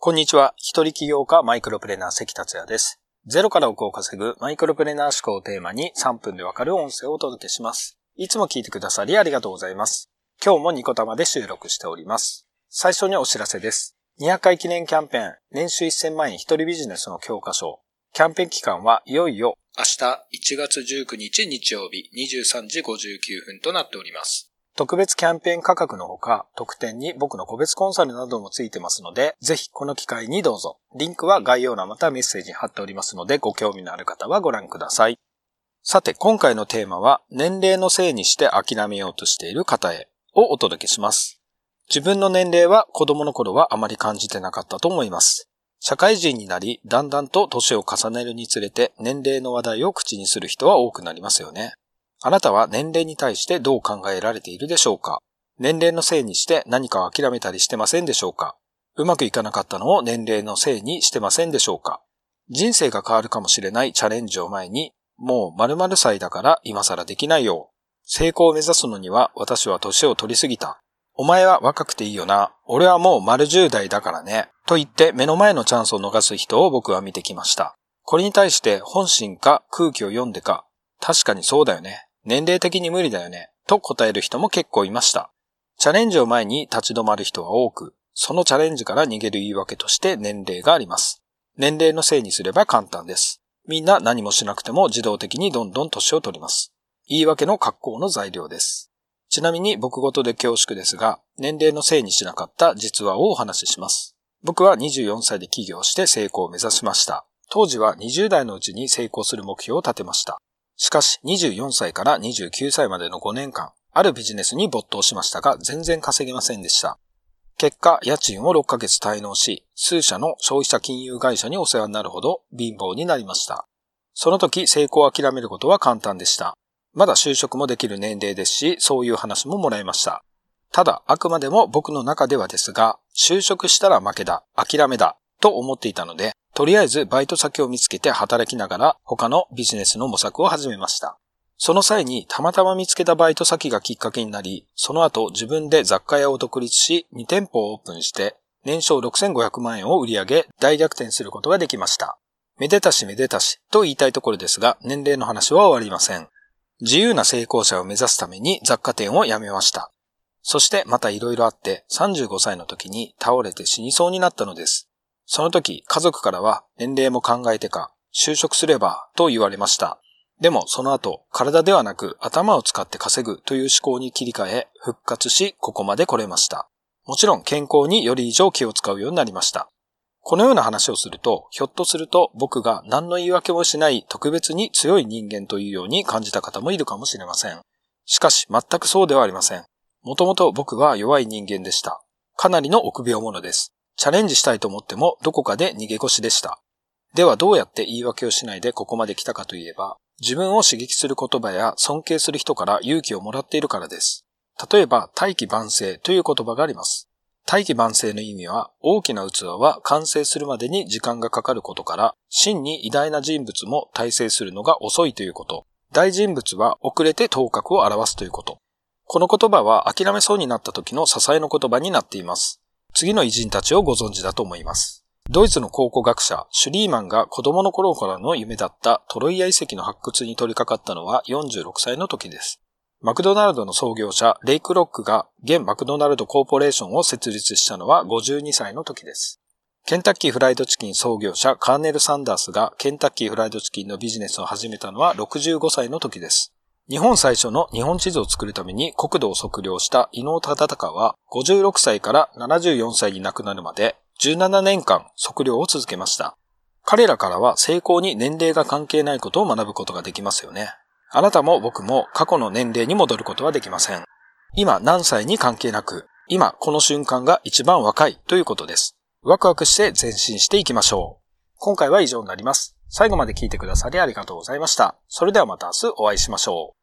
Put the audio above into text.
こんにちは。一人起業家マイクロプレーナー関達也です。ゼロから億を稼ぐマイクロプレーナー思考をテーマに3分でわかる音声をお届けします。いつも聞いてくださりありがとうございます。今日もニコタマで収録しております。最初にお知らせです。200回記念キャンペーン、年収1000万円一人ビジネスの教科書。キャンペーン期間はいよいよ明日1月19日日曜日23時59分となっております。特別キャンペーン価格のほか、特典に僕の個別コンサルなどもついてますので、ぜひこの機会にどうぞ。リンクは概要欄またはメッセージに貼っておりますので、ご興味のある方はご覧ください。さて、今回のテーマは、年齢のせいにして諦めようとしている方へをお届けします。自分の年齢は子供の頃はあまり感じてなかったと思います。社会人になり、だんだんと年を重ねるにつれて年齢の話題を口にする人は多くなりますよね。あなたは年齢に対してどう考えられているでしょうか？年齢のせいにして何かを諦めたりしてませんでしょうか？うまくいかなかったのを年齢のせいにしてませんでしょうか？人生が変わるかもしれないチャレンジを前に、もう〇〇歳だから今更できないよ。成功を目指すのには私は年を取りすぎた。お前は若くていいよな。俺はもう丸10代だからね。と言って目の前のチャンスを逃す人を僕は見てきました。これに対して本心か空気を読んでか、確かにそうだよね。年齢的に無理だよね。と答える人も結構いました。チャレンジを前に立ち止まる人は多く、そのチャレンジから逃げる言い訳として年齢があります。年齢のせいにすれば簡単です。みんな何もしなくても自動的にどんどん年を取ります。言い訳の格好の材料です。ちなみに僕ごとで恐縮ですが、年齢のせいにしなかった実話をお話しします。僕は24歳で起業して成功を目指しました。当時は20代のうちに成功する目標を立てました。しかし24歳から29歳までの5年間、あるビジネスに没頭しましたが全然稼げませんでした。結果、家賃を6ヶ月滞納し、数社の消費者金融会社にお世話になるほど貧乏になりました。その時、成功を諦めることは簡単でした。まだ就職もできる年齢ですし、そういう話ももらいました。ただ、あくまでも僕の中ではですが、就職したら負けだ、諦めだ、と思っていたので、とりあえずバイト先を見つけて働きながら他のビジネスの模索を始めました。その際にたまたま見つけたバイト先がきっかけになり、その後自分で雑貨屋を独立し2店舗をオープンして年商6500万円を売り上げ大逆転することができました。めでたしめでたしと言いたいところですが、年齢の話は終わりません。自由な成功者を目指すために雑貨店を辞めました。そしてまた色々あって35歳の時に倒れて死にそうになったのです。その時、家族からは年齢も考えてか、就職すればと言われました。でもその後、体ではなく頭を使って稼ぐという思考に切り替え、復活し、ここまで来れました。もちろん健康により以上気を使うようになりました。このような話をすると、ひょっとすると僕が何の言い訳もしない特別に強い人間というように感じた方もいるかもしれません。しかし全くそうではありません。もともと僕は弱い人間でした。かなりの臆病者です。チャレンジしたいと思ってもどこかで逃げ腰でした。ではどうやって言い訳をしないでここまで来たかといえば、自分を刺激する言葉や尊敬する人から勇気をもらっているからです。例えば、大器晩成という言葉があります。大器晩成の意味は、大きな器は完成するまでに時間がかかることから、真に偉大な人物も大成するのが遅いということ。大人物は遅れて頭角を現すということ。この言葉は諦めそうになった時の支えの言葉になっています。次の偉人たちをご存知だと思います。ドイツの考古学者シュリーマンが子供の頃からの夢だったトロイア遺跡の発掘に取り掛かったのは46歳の時です。マクドナルドの創業者レイクロックが現マクドナルドコーポレーションを設立したのは52歳の時です。ケンタッキーフライドチキン創業者カーネル・サンダースがケンタッキーフライドチキンのビジネスを始めたのは65歳の時です。日本最初の日本地図を作るために国土を測量した伊能忠敬は56歳から74歳に亡くなるまで17年間測量を続けました。彼らからは成功に年齢が関係ないことを学ぶことができますよね。あなたも僕も過去の年齢に戻ることはできません。今何歳に関係なく、今この瞬間が一番若いということです。ワクワクして前進していきましょう。今回は以上になります。最後まで聞いてくださりありがとうございました。それではまた明日お会いしましょう。